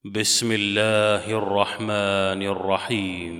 بسم الله الرحمن الرحيم.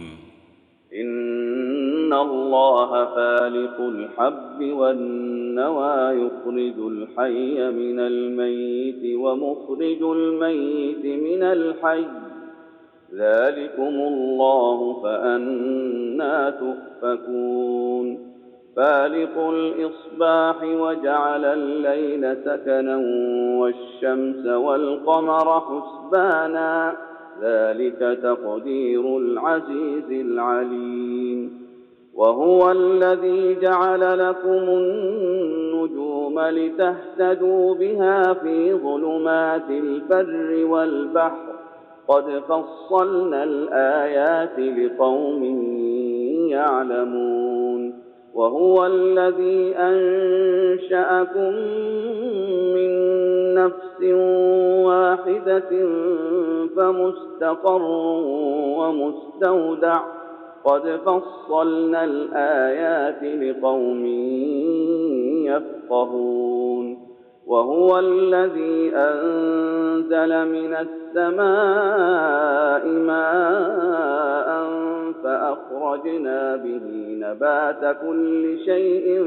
إن الله فالق الحب والنوى يخرج الحي من الميت ومخرج الميت من الحي ذلكم الله فأنى تؤفكون فالق الإصباح وجعل الليل سكنا والشمس والقمر حسبانا ذلك تقدير العزيز العليم وهو الذي جعل لكم النجوم لتهتدوا بها في ظلمات البر والبحر قد فصلنا الآيات لقوم يعلمون وهو الذي أنشأكم من نفس واحدة فمستقر ومستودع قد فصلنا الآيات لقوم يفقهون وهو الذي أنزل من السماء ماء فأخرجنا به نبات كل شيء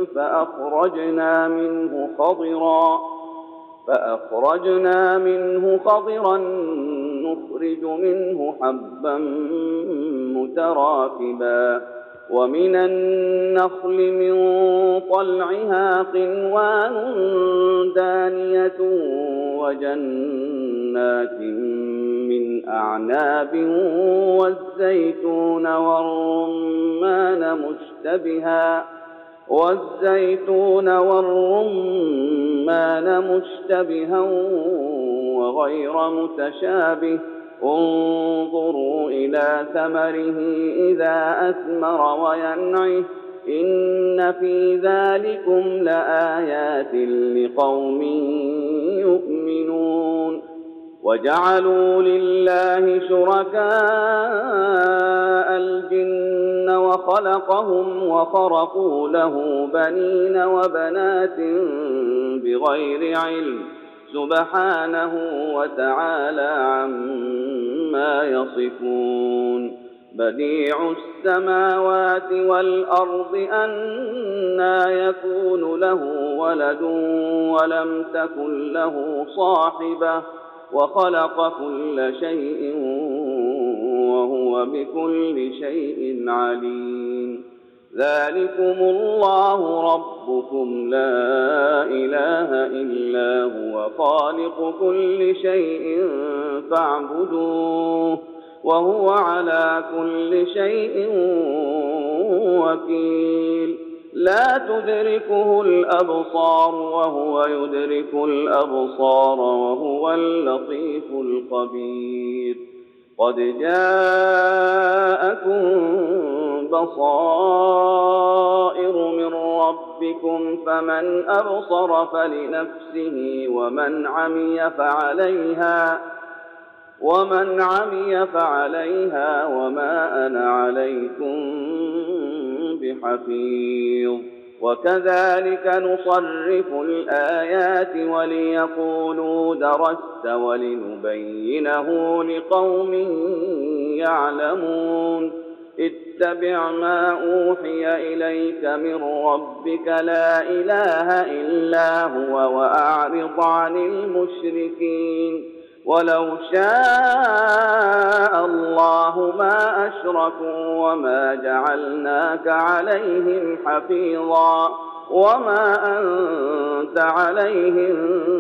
فأخرجنا منه خضرا نخرج منه حبا متراكبا ومن النخل من طلعها قنوان دانية وجنات من أعناب والزيتون والرمان مشتبها وغير متشابه انظروا إلى ثمره إذا أثمر وينعه إن في ذلكم لآيات لقوم يؤمنون وجعلوا لله شركاء الجن وخلقهم وخرقوا له بنين وبنات بغير علم سبحانه وتعالى عما يصفون بديع السماوات والأرض أنى يكون له ولد ولم تكن له صاحبة وخلق كل شيء وهو بكل شيء عليم ذلكم الله ربكم لا إله إلا هو خالق كل شيء فاعبدوه وهو على كل شيء وكيل لا تدركه الأبصار وهو يدرك الأبصار وهو اللطيف الخبير قد جاءكم بصائر من ربكم فمن أبصر فلنفسه ومن عمي فعليها وما أنا عليكم بحفيظ وكذلك نصرف الآيات وليقولوا درست ولنبينه لقوم يعلمون اتبع ما أوحي إليك من ربك لا إله إلا هو وأعرض عن المشركين ولو شاء الله ما أشركوا وما جعلناك عليهم حفيظا وما أنت عليهم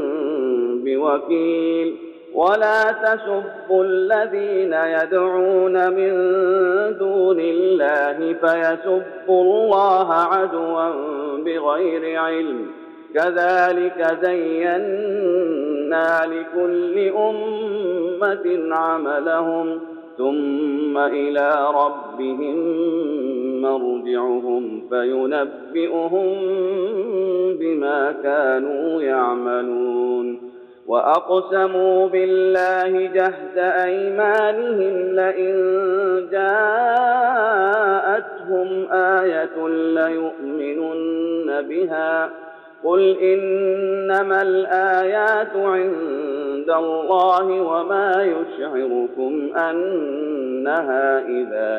بوكيل ولا تسبوا الذين يدعون من دون الله فيسبوا الله عدوا بغير علم كذلك زينا لكل أمة عملهم ثم إلى ربهم مرجعهم فينبئهم بما كانوا يعملون وأقسموا بالله جهد أيمانهم لئن جاءتهم آية ليؤمنن بها قل إنما الآيات عند عند الله وما يشعركم أنها إذا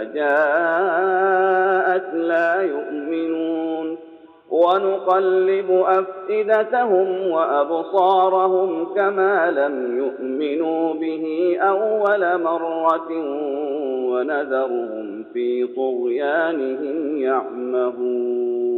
جاءت لا يؤمنون ونقلب أفئدتهم وأبصارهم كما لم يؤمنوا به أول مرة ونذرهم في طغيانهم يعمهون